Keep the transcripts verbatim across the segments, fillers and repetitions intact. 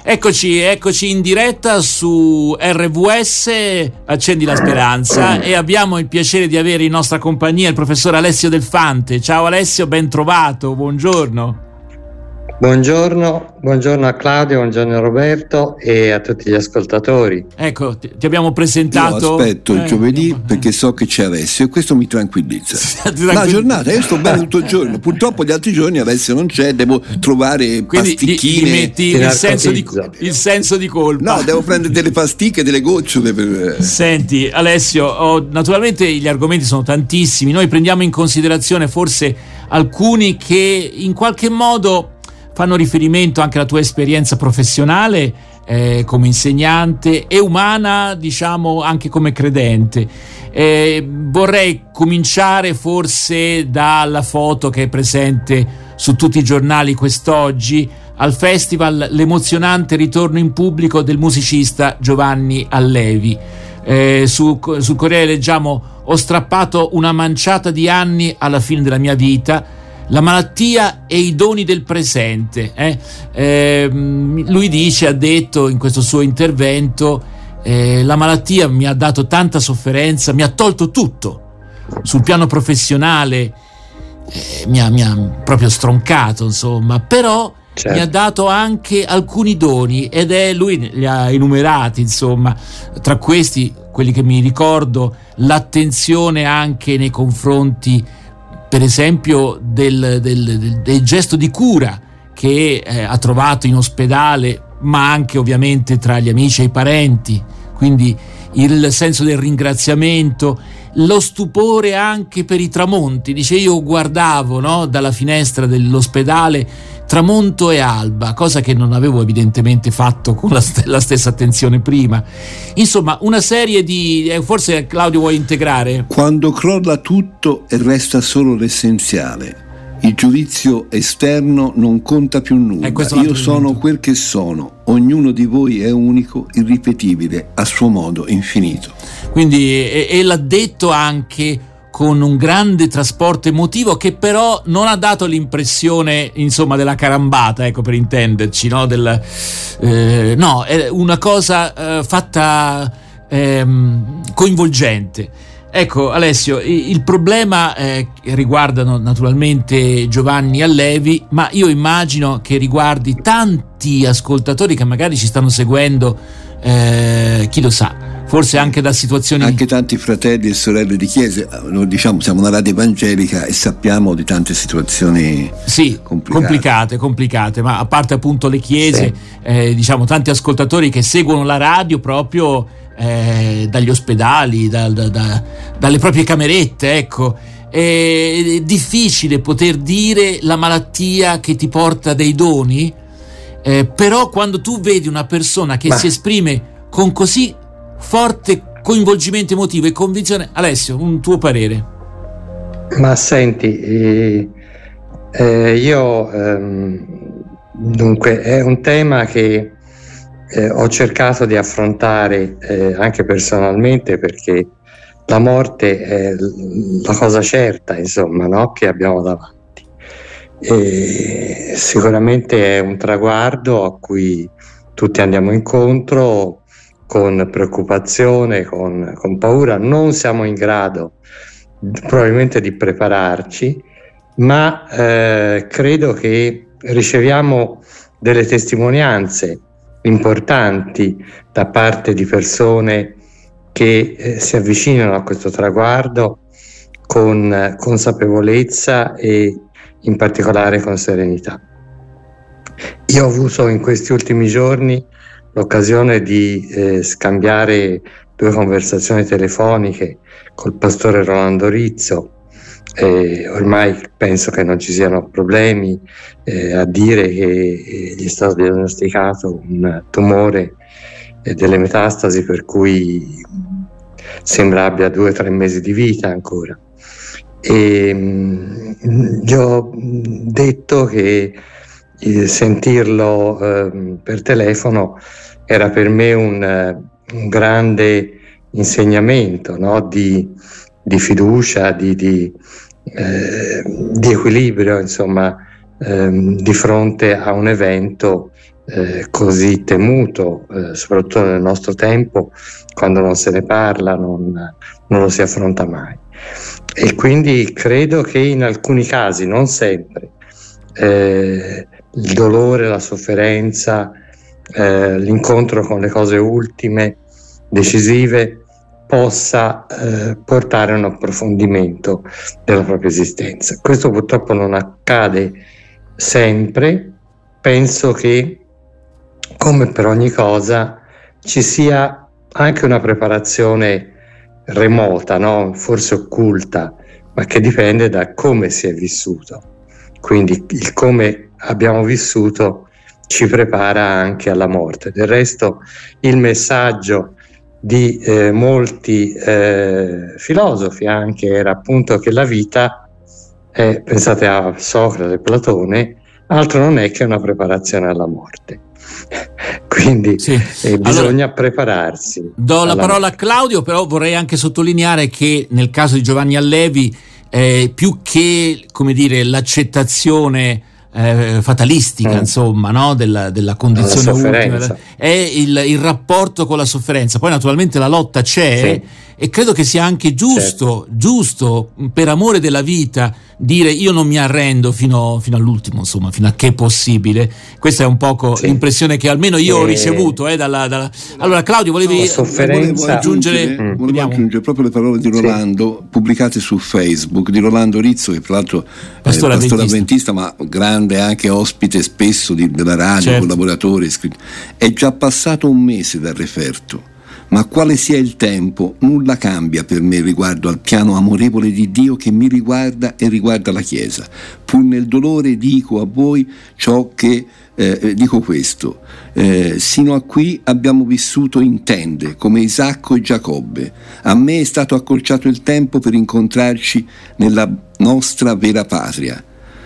Eccoci, eccoci in diretta su R V S, Accendi la Speranza, e abbiamo il piacere di avere in nostra compagnia il professor Alessio Del Fante. Ciao Alessio, ben trovato, buongiorno. Buongiorno, buongiorno a Claudio, buongiorno a Roberto e a tutti gli ascoltatori. Ecco, ti, ti abbiamo presentato. Io aspetto il eh, giovedì eh. perché so che c'è Alessio e questo mi tranquillizza. Tranquilli- La giornata, io sto bene tutto il giorno. Purtroppo gli altri giorni Alessio non c'è, devo trovare Quindi pasticchine. gli, gli metti il senso, di, il senso di colpa. No, devo prendere delle pasticche, delle gocciole per... Senti Alessio, oh, naturalmente gli argomenti sono tantissimi, noi prendiamo in considerazione forse alcuni che in qualche modo fanno riferimento anche alla tua esperienza professionale eh, come insegnante e umana, diciamo anche come credente. Eh, vorrei cominciare forse dalla foto che è presente su tutti i giornali quest'oggi al festival, l'emozionante ritorno in pubblico del musicista Giovanni Allevi. Eh, su, sul Corriere leggiamo: ho strappato una manciata di anni alla fine della mia vita, la malattia e i doni del presente. Eh? Eh, lui dice, ha detto in questo suo intervento, eh, la malattia mi ha dato tanta sofferenza, mi ha tolto tutto sul piano professionale, eh, mi, ha, mi ha proprio stroncato, insomma, però certo, mi ha dato anche alcuni doni, ed è, lui li ha enumerati, insomma, tra questi quelli che mi ricordo: l'attenzione anche nei confronti, per esempio, del, del, del, del gesto di cura che eh, ha trovato in ospedale, ma anche ovviamente tra gli amici e i parenti, quindi il senso del ringraziamento, lo stupore anche per i tramonti. Dice: io guardavo, no, dalla finestra dell'ospedale tramonto e alba, cosa che non avevo evidentemente fatto con la, st- la stessa attenzione prima. Insomma, una serie di... Eh, forse Claudio vuoi integrare? Quando crolla tutto e resta solo l'essenziale, il giudizio esterno non conta più nulla. Eh, io sono quel che sono, ognuno di voi è unico, irripetibile, a suo modo infinito. Quindi, e, e l'ha detto anche con un grande trasporto emotivo, che però non ha dato l'impressione, insomma, della carambata, ecco, per intenderci, no? Del, eh, no, è una cosa eh, fatta ehm, coinvolgente. Ecco Alessio, il problema eh, riguardano naturalmente Giovanni Allevi, ma io immagino che riguardi tanti ascoltatori che magari ci stanno seguendo, eh, chi lo sa, forse anche da situazioni... Anche tanti fratelli e sorelle di chiesa, noi diciamo siamo una radio evangelica e sappiamo di tante situazioni sì, complicate. complicate, complicate, ma a parte appunto le chiese, sì. eh, diciamo tanti ascoltatori che seguono la radio proprio eh, dagli ospedali, da, da, da, dalle proprie camerette, ecco. È difficile poter dire la malattia che ti porta dei doni, eh, però quando tu vedi una persona che Ma... si esprime con così forte coinvolgimento emotivo e convinzione, Alessio, un tuo parere? Ma senti, eh, eh, io ehm, dunque è un tema che eh, ho cercato di affrontare eh, anche personalmente, perché la morte è la cosa certa, insomma, no? Che abbiamo davanti. E sicuramente è un traguardo a cui tutti andiamo incontro con preoccupazione, con, con paura. Non siamo in grado probabilmente di prepararci, ma eh, credo che riceviamo delle testimonianze importanti da parte di persone che eh, si avvicinano a questo traguardo con eh, consapevolezza e in particolare con serenità. Io ho avuto in questi ultimi giorni l'occasione di eh, scambiare due conversazioni telefoniche col pastore Rolando Rizzo. Eh, ormai penso che non ci siano problemi eh, a dire che eh, gli è stato diagnosticato un tumore eh, delle metastasi, per cui sembra abbia due o tre mesi di vita ancora. E mh, gli ho detto che eh, sentirlo eh, per telefono era per me un, un grande insegnamento, no? di, di fiducia, di, di, eh, di equilibrio, insomma, ehm, di fronte a un evento eh, così temuto, eh, soprattutto nel nostro tempo, quando non se ne parla, non, non lo si affronta mai. E quindi credo che in alcuni casi, non sempre, eh, il dolore, la sofferenza, eh, l'incontro con le cose ultime, decisive, possa eh, portare a un approfondimento della propria esistenza. Questo purtroppo non accade sempre. Penso che, come per ogni cosa, ci sia anche una preparazione remota, no? Forse occulta, ma che dipende da come si è vissuto. Quindi il come abbiamo vissuto ci prepara anche alla morte. Del resto il messaggio di eh, molti eh, filosofi anche era appunto che la vita è, pensate a Socrate e Platone, altro non è che una preparazione alla morte. Quindi sì. eh, bisogna allora, prepararsi. Do la parola morte. a Claudio, però vorrei anche sottolineare che nel caso di Giovanni Allevi eh, più che, come dire, l'accettazione eh, fatalistica, mm. insomma, no? della, della condizione ultima, è il, il rapporto con la sofferenza. Poi naturalmente la lotta c'è, sì. E credo che sia anche giusto, certo. giusto per amore della vita dire io non mi arrendo fino, fino all'ultimo, insomma, fino a che è possibile. Questa è un poco sì. l'impressione che almeno io e... ho ricevuto eh, dalla, dalla... Allora Claudio, volevi volevo aggiungere, mm. volevo aggiungere proprio le parole di Rolando, sì. pubblicate su Facebook, di Rolando Rizzo, che tra l'altro è pastore avventista, ma grande anche ospite spesso di, della radio, certo. collaboratore. È già passato un mese dal referto, ma quale sia il tempo, nulla cambia per me riguardo al piano amorevole di Dio che mi riguarda e riguarda la Chiesa. Pur nel dolore dico a voi ciò che eh, dico questo. Eh, sino a qui abbiamo vissuto in tende, come Isacco e Giacobbe. A me è stato accorciato il tempo per incontrarci nella nostra vera patria.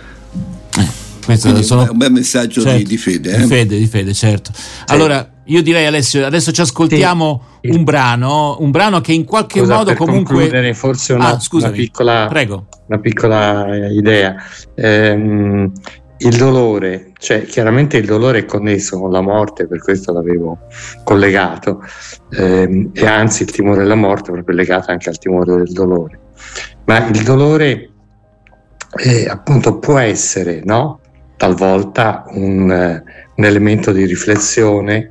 Questo sono... è un bel messaggio certo, di, di fede. Eh? Di fede, di fede, certo. Sì. Allora, io direi Alessio, adesso ci ascoltiamo sì. un brano, un brano che in qualche Scusa, modo per comunque... concludere forse una, ah, una, piccola, Prego. una piccola idea. Ehm, il dolore, cioè chiaramente il dolore è connesso con la morte, per questo l'avevo collegato, ehm, e anzi il timore della morte è proprio legato anche al timore del dolore. Ma il dolore eh, appunto può essere, no? Talvolta un, un elemento di riflessione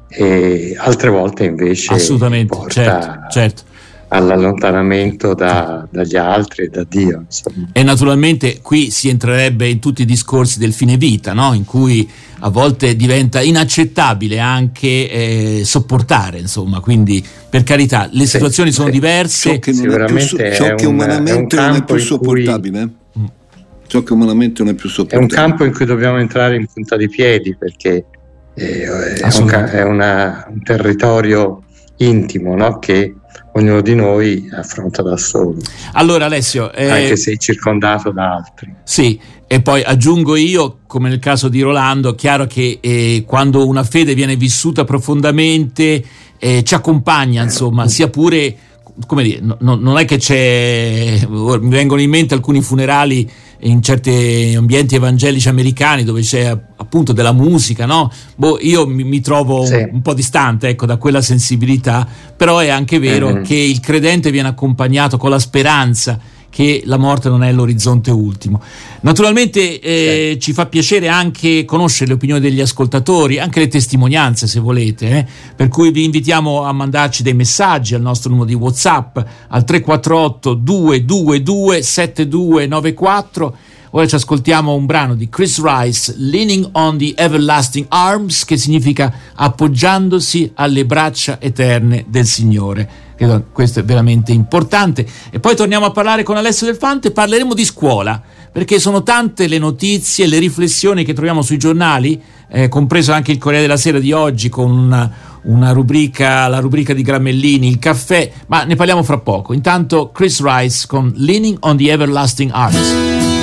e altre volte invece assolutamente porta certo, certo. all'allontanamento da, dagli altri e da Dio, insomma. E naturalmente qui si entrerebbe in tutti i discorsi del fine vita, no? In cui a volte diventa inaccettabile anche eh, sopportare, insomma, quindi per carità le situazioni sì, sono sì. diverse, ciò che, non è più, ciò che umanamente non è più sopportabile cui... ciò che umanamente non è più sopportabile. È un campo in cui dobbiamo entrare in punta di piedi, perché è, è, un, è una, un territorio intimo, no? Che ognuno di noi affronta da solo. Allora Alessio, eh, anche se circondato da altri. Sì, e poi aggiungo io, come nel caso di Rolando, chiaro che eh, quando una fede viene vissuta profondamente eh, ci accompagna, insomma, sia pure, come dire, no, no, non è che c'è, mi vengono in mente alcuni funerali in certi ambienti evangelici americani dove c'è appunto della musica, no? Boh, io mi, mi trovo sì. un, un po' distante, ecco, da quella sensibilità, però è anche vero mm-hmm. che il credente viene accompagnato con la speranza che la morte non è l'orizzonte ultimo. Naturalmente eh, sì. ci fa piacere anche conoscere le opinioni degli ascoltatori, anche le testimonianze se volete, eh? Per cui vi invitiamo a mandarci dei messaggi al nostro numero di WhatsApp al tre quattro otto due due due sette due nove quattro. Ora ci ascoltiamo un brano di Chris Rice, Leaning on the Everlasting Arms, che significa appoggiandosi alle braccia eterne del Signore. Credo questo è veramente importante. E poi torniamo a parlare con Alessio Del Fante, parleremo di scuola, perché sono tante le notizie, le riflessioni che troviamo sui giornali, eh, compreso anche il Corriere della Sera di oggi con una, una rubrica, la rubrica di Gramellini, il caffè, ma ne parliamo fra poco. Intanto Chris Rice con Leaning on the Everlasting Arms.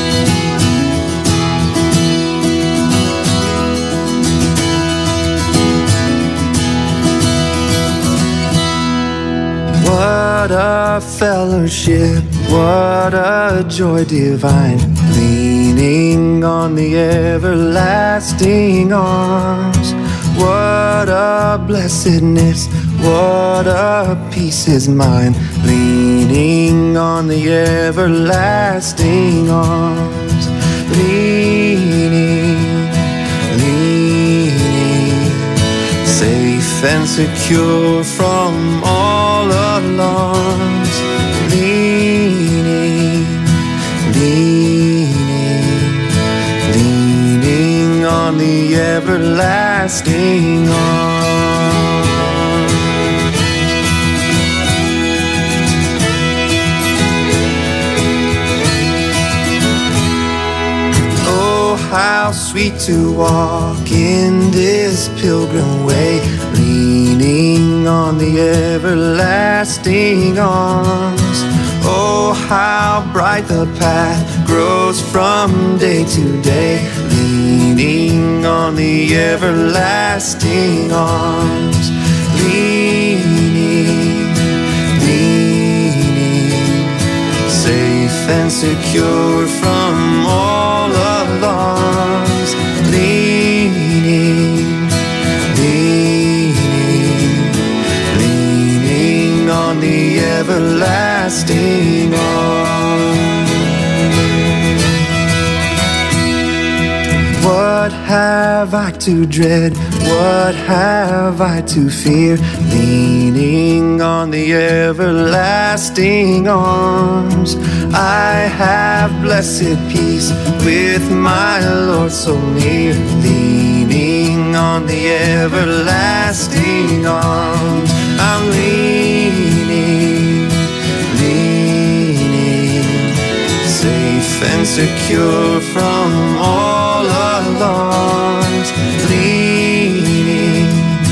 What a fellowship, what a joy divine, leaning on the everlasting arms What a blessedness, what a peace is mine, leaning on the everlasting arms, leaning, leaning, safe and secure from all alarms, leaning, leaning, leaning on the everlasting arms. Oh, how sweet to walk in this pilgrim way, leaning on the everlasting arms. Oh, how bright the path grows from day to day, leaning on the everlasting arms, leaning, leaning, safe and secure from all alarms, leaning, leaning, leaning on the everlasting arms. What have I to dread? What have I to fear? Leaning on the everlasting arms, I have blessed peace with my Lord so near. Leaning on the everlasting arms, I'm leaning, leaning, safe and secure from all alarms, leaning,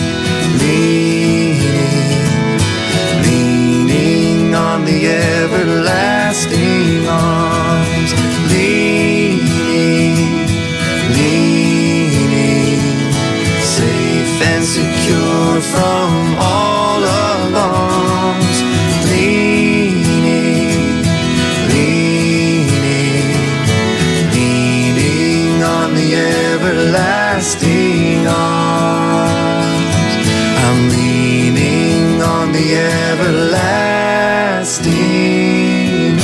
leaning, leaning on the everlasting arms, leaning, leaning, safe and secure from all alarms, leaning, leaning, leaning on the everlasting arms. I'm leaning on the everlasting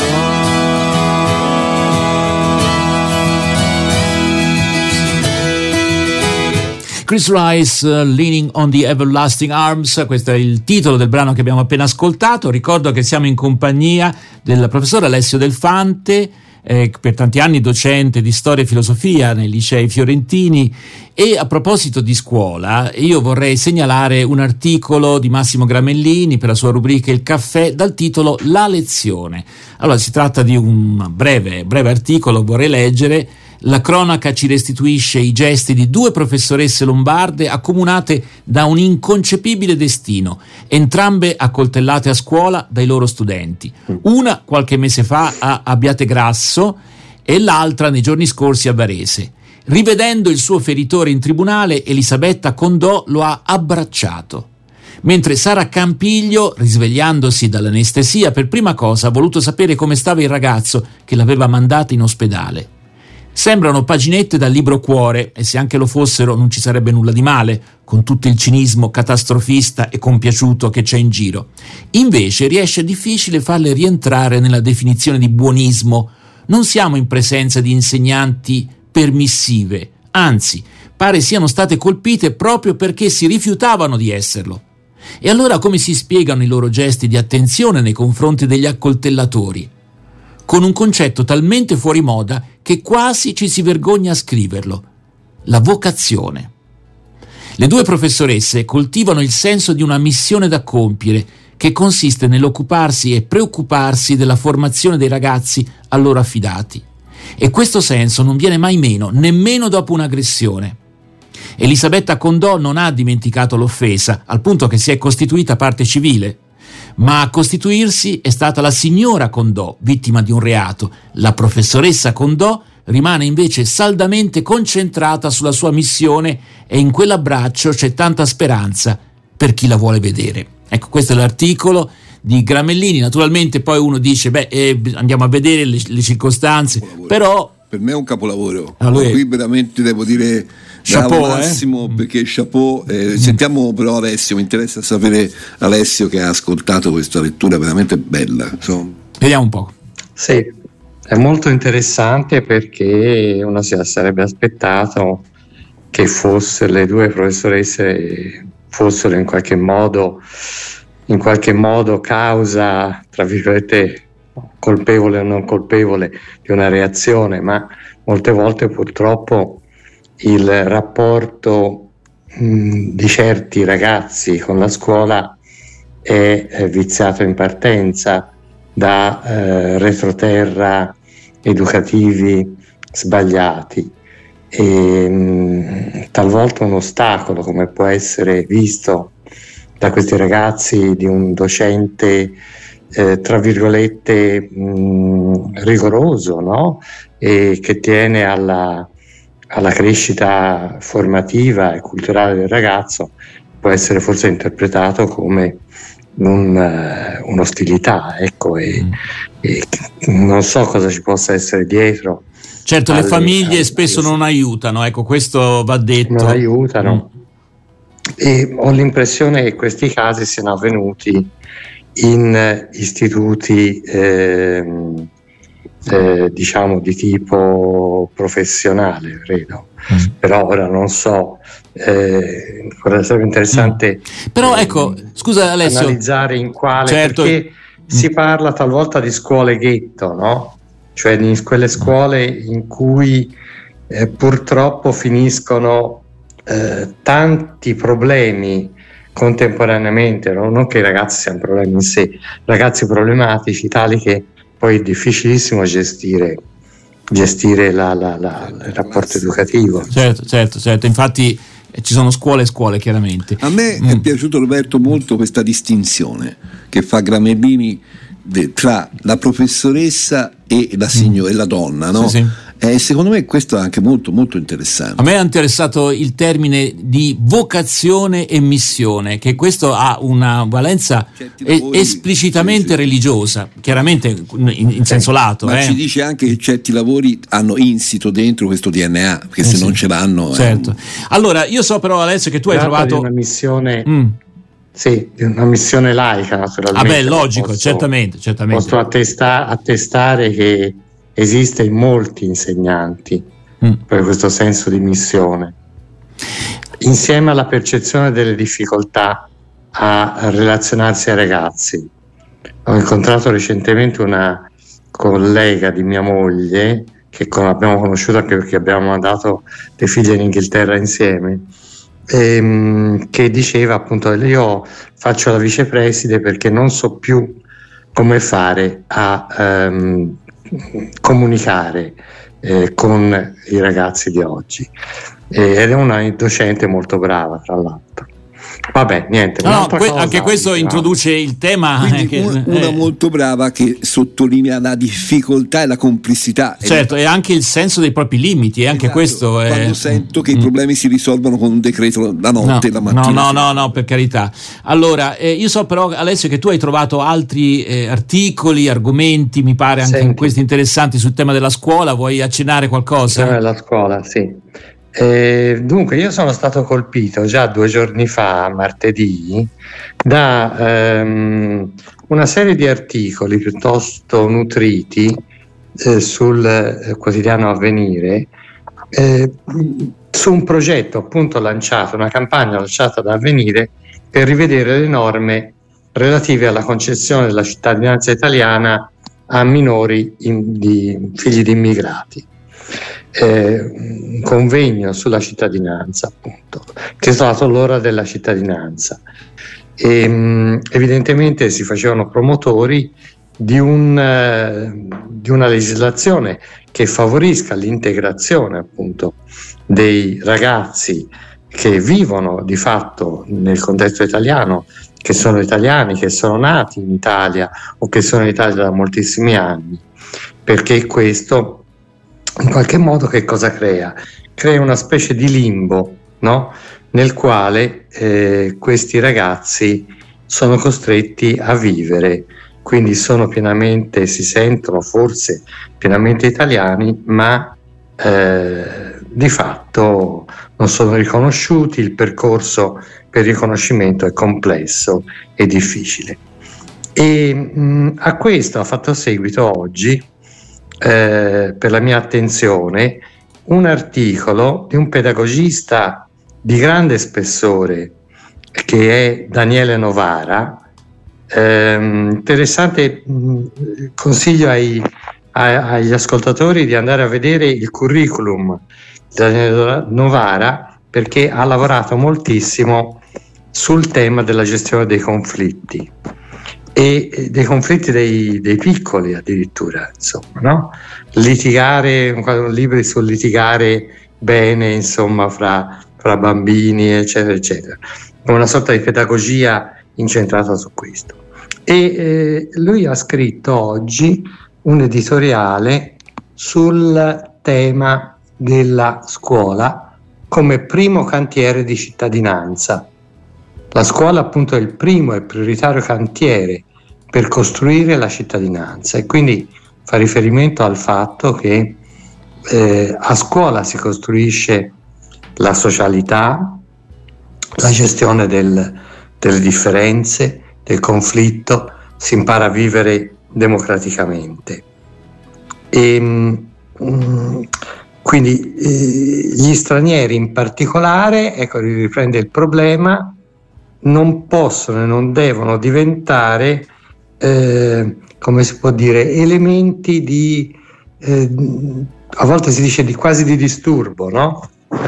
arms. Chris Rice, uh, Leaning on the Everlasting Arms, questo è il titolo del brano che abbiamo appena ascoltato. Ricordo che siamo in compagnia del professor Alessio Delfante, Eh, per tanti anni docente di storia e filosofia nei licei fiorentini. E a proposito di scuola, io vorrei segnalare un articolo di Massimo Gramellini per la sua rubrica Il Caffè dal titolo La lezione. Allora, si tratta di un breve, breve articolo, vorrei leggere. La cronaca ci restituisce i gesti di due professoresse lombarde accomunate da un inconcepibile destino, entrambe accoltellate a scuola dai loro studenti. Una qualche mese fa a Abbiategrasso e l'altra nei giorni scorsi a Varese. Rivedendo il suo feritore in tribunale, Elisabetta Condò lo ha abbracciato. Mentre Sara Campiglio, risvegliandosi dall'anestesia, per prima cosa ha voluto sapere come stava il ragazzo che l'aveva mandata in ospedale. Sembrano paginette dal libro Cuore, e se anche lo fossero non ci sarebbe nulla di male, con tutto il cinismo catastrofista e compiaciuto che c'è in giro. Invece riesce difficile farle rientrare nella definizione di buonismo. Non siamo in presenza di insegnanti permissive, anzi, pare siano state colpite proprio perché si rifiutavano di esserlo. E allora come si spiegano i loro gesti di attenzione nei confronti degli accoltellatori? Con un concetto talmente fuori moda che quasi ci si vergogna a scriverlo: la vocazione. Le due professoresse coltivano il senso di una missione da compiere, che consiste nell'occuparsi e preoccuparsi della formazione dei ragazzi a loro affidati. E questo senso non viene mai meno, nemmeno dopo un'aggressione. Elisabetta Condò non ha dimenticato l'offesa, al punto che si è costituita parte civile. Ma a costituirsi è stata la signora Condò, vittima di un reato. La professoressa Condò rimane invece saldamente concentrata sulla sua missione e in quell'abbraccio c'è tanta speranza per chi la vuole vedere. Ecco, questo è l'articolo di Gramellini. Naturalmente poi uno dice, beh, eh, andiamo a vedere le, le circostanze, però... Per me è un capolavoro. Ah, lui... Qui veramente devo dire Chapeau, Massimo, eh? Perché chapeau. Eh, sentiamo però Alessio, mi interessa sapere Alessio che ha ascoltato questa lettura veramente bella. Insomma. Vediamo un po'. Sì, è molto interessante perché uno si sarebbe aspettato che fosse, le due professoresse fossero in qualche modo, in qualche modo causa, tra virgolette, colpevole o non colpevole di una reazione, ma molte volte purtroppo il rapporto mh, di certi ragazzi con la scuola è, è viziato in partenza da eh, retroterra educativi sbagliati e mh, talvolta un ostacolo, come può essere visto da questi ragazzi, di un docente eh, tra virgolette mh, rigoroso, no? E che tiene alla alla crescita formativa e culturale del ragazzo, può essere forse interpretato come un, uh, un'ostilità, ecco, e, mm. e non so cosa ci possa essere dietro. Certo, alle, le famiglie alle, spesso alle... non aiutano, ecco, questo va detto. Non aiutano. Mm. E ho l'impressione che questi casi siano avvenuti in istituti ehm, Eh, diciamo di tipo professionale, credo, mm. però ora non so, eh, sarebbe interessante mm. però eh, ecco, scusa Alessio, analizzare in quale, certo. Perché mm. si parla talvolta di scuole ghetto, no? Cioè in quelle scuole in cui eh, purtroppo finiscono eh, tanti problemi contemporaneamente, no? Non che i ragazzi siano problemi in sé, ragazzi problematici tali che poi è difficilissimo gestire gestire la, la, la, il rapporto educativo. Certo, certo, certo. Infatti ci sono scuole e scuole, chiaramente. A me mm. è piaciuto, Roberto, molto questa distinzione che fa Gramellini de, tra la professoressa e la signora, mm. e la donna, no? Sì, sì. Eh, secondo me questo è anche molto molto interessante. A me ha interessato il termine di vocazione e missione, che questo ha una valenza lavori, esplicitamente sì, sì. religiosa, chiaramente in, in senso lato. Ma eh. ci dice anche che certi lavori hanno insito dentro questo D N A, perché eh se sì. non ce l'hanno. Certo. Eh. Allora, io so però, Alessio, che tu hai trovato una missione. Mm. Sì, una missione laica, naturalmente. Vabbè, logico, posso, certamente, certamente. Posso attesta- attestare che esiste in molti insegnanti mm. per questo senso di missione, insieme alla percezione delle difficoltà a relazionarsi ai ragazzi. Ho incontrato recentemente una collega di mia moglie che abbiamo conosciuto anche perché abbiamo mandato le figlie in Inghilterra insieme, ehm, che diceva appunto: io faccio la vicepreside perché non so più come fare a um, comunicare eh, con i ragazzi di oggi, eh, ed è una docente molto brava, tra l'altro. Vabbè, niente. No, que- anche questo anche, introduce no? il tema. Che, una, una eh. molto brava che sottolinea la difficoltà e la complessità. Certo, e anche il senso dei propri limiti. E anche esatto, questo è... Quando sento che mm. i problemi si risolvono con un decreto la notte, no, la mattina. No, no, no, no, per carità. Allora, eh, io so però, Alessio, che tu hai trovato altri eh, articoli, argomenti, mi pare anche Senti. questi interessanti sul tema della scuola. Vuoi accennare qualcosa? Il tema della scuola, sì. Eh, dunque io sono stato colpito già due giorni fa, martedì, da ehm, una serie di articoli piuttosto nutriti eh, sul eh, quotidiano Avvenire eh, su un progetto appunto lanciato, una campagna lanciata da Avvenire per rivedere le norme relative alla concessione della cittadinanza italiana a minori in, di, figli di immigrati. Eh, un convegno sulla cittadinanza, appunto, titolato L'ora della cittadinanza, e mh, evidentemente si facevano promotori di, un, eh, di una legislazione che favorisca l'integrazione appunto dei ragazzi che vivono di fatto nel contesto italiano, che sono italiani, che sono nati in Italia o che sono in Italia da moltissimi anni, perché questo in qualche modo che cosa crea? Crea una specie di limbo, no? Nel quale eh, questi ragazzi sono costretti a vivere, quindi sono pienamente, si sentono forse pienamente italiani, ma eh, di fatto non sono riconosciuti, il percorso per il riconoscimento è complesso e difficile. E mh, a questo ha fatto seguito oggi, eh, per la mia attenzione, un articolo di un pedagogista di grande spessore che è Daniele Novara. Eh, interessante, mh, consiglio ai, ai, agli ascoltatori di andare a vedere il curriculum di Daniele Novara, perché ha lavorato moltissimo sul tema della gestione dei conflitti e dei conflitti dei, dei piccoli addirittura, insomma, no? Litigare, un libro sul litigare bene, insomma, fra, fra bambini, eccetera, eccetera, una sorta di pedagogia incentrata su questo. E eh, lui ha scritto oggi un editoriale sul tema della scuola come primo cantiere di cittadinanza. La scuola appunto è il primo e prioritario cantiere per costruire la cittadinanza, e quindi fa riferimento al fatto che eh, a scuola si costruisce la socialità, la gestione del, delle differenze, del conflitto, si impara a vivere democraticamente. E, mh, quindi eh, gli stranieri in particolare, ecco, riprende il problema, non possono e non devono diventare, eh, come si può dire, elementi di, eh, a volte si dice di quasi di disturbo, no?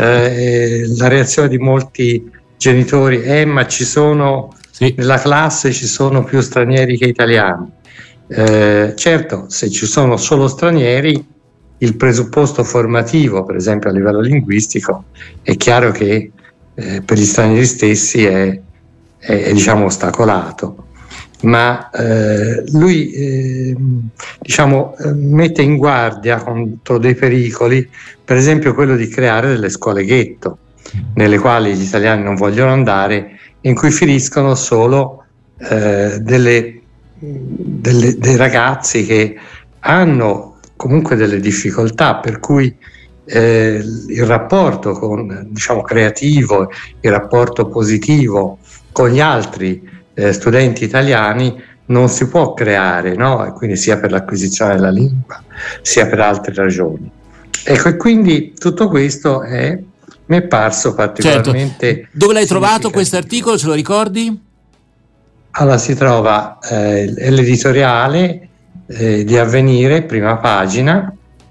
Eh, la reazione di molti genitori è: ma ci sono, sì, nella classe ci sono più stranieri che italiani. Eh, certo, se ci sono solo stranieri, il presupposto formativo, per esempio a livello linguistico, è chiaro che eh, per gli stranieri stessi è È, è diciamo ostacolato, ma eh, lui eh, diciamo eh, mette in guardia contro dei pericoli, per esempio quello di creare delle scuole ghetto nelle quali gli italiani non vogliono andare, in cui finiscono solo eh, delle, delle, dei ragazzi che hanno comunque delle difficoltà, per cui eh, il rapporto con, diciamo, creativo, il rapporto positivo con gli altri eh, studenti italiani non si può creare, no? E quindi sia per l'acquisizione della lingua, sia per altre ragioni. Ecco, e quindi tutto questo è, mi è parso particolarmente... Certo. Dove l'hai trovato questo articolo, ce lo ricordi? Allora, si trova eh, l'editoriale eh, di Avvenire, prima pagina,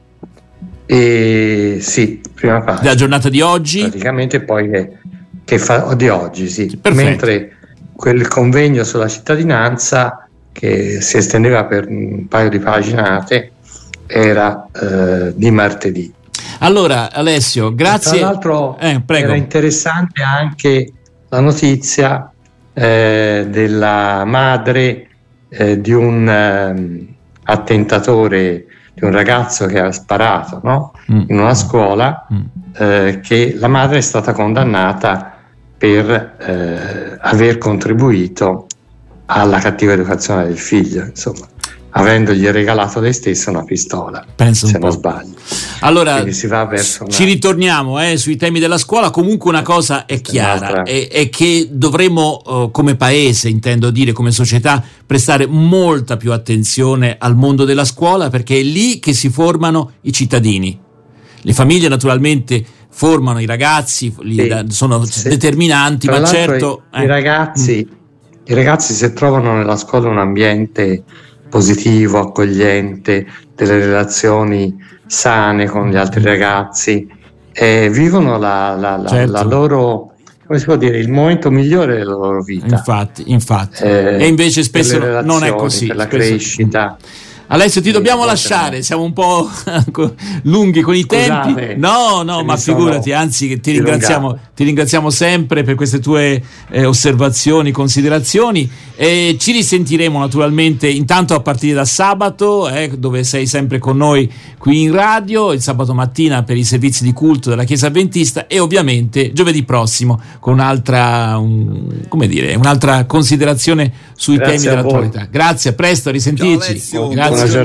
e sì, prima pagina. Della giornata di oggi? Praticamente poi... Che, che fa di oggi, sì. Perfetto. Mentre quel convegno sulla cittadinanza, che si estendeva per un paio di paginate, era eh, di martedì. Allora, Alessio, grazie. Tra l'altro eh, prego. Era interessante anche la notizia eh, della madre eh, di un eh, attentatore, di un ragazzo che ha sparato, no? mm. in una scuola, mm. eh, che la madre è stata condannata per eh, aver contribuito alla cattiva educazione del figlio, insomma, avendogli regalato lei stessa una pistola. Penso se un non po'. sbaglio. Allora si va verso una... ci ritorniamo eh, sui temi della scuola. Comunque una cosa è chiara, è, è che dovremmo uh, come paese, intendo dire come società, prestare molta più attenzione al mondo della scuola, perché è lì che si formano i cittadini. Le famiglie naturalmente formano i ragazzi, sì, sono sì. determinanti, Tra ma certo i, eh. i ragazzi mm. i ragazzi se trovano nella scuola un ambiente positivo, accogliente, delle relazioni sane con gli altri ragazzi, eh, vivono la, la, la, certo. la loro, come si può dire, il momento migliore della loro vita. Infatti, infatti. Eh, e invece spesso non è così. Per la spesso... crescita. Alessio, ti dobbiamo lasciare, siamo un po' lunghi con i Scusate, tempi. No, no, ma figurati, anzi ti ringraziamo, ti ringraziamo sempre per queste tue eh, osservazioni, considerazioni, e ci risentiremo naturalmente intanto a partire da sabato, eh, dove sei sempre con noi qui in radio, il sabato mattina per i servizi di culto della Chiesa Adventista, e ovviamente giovedì prossimo con un'altra, un, come dire, un'altra considerazione sui Grazie temi dell'attualità. Grazie, a presto, a risentirci. Ciao, Grazie. Buona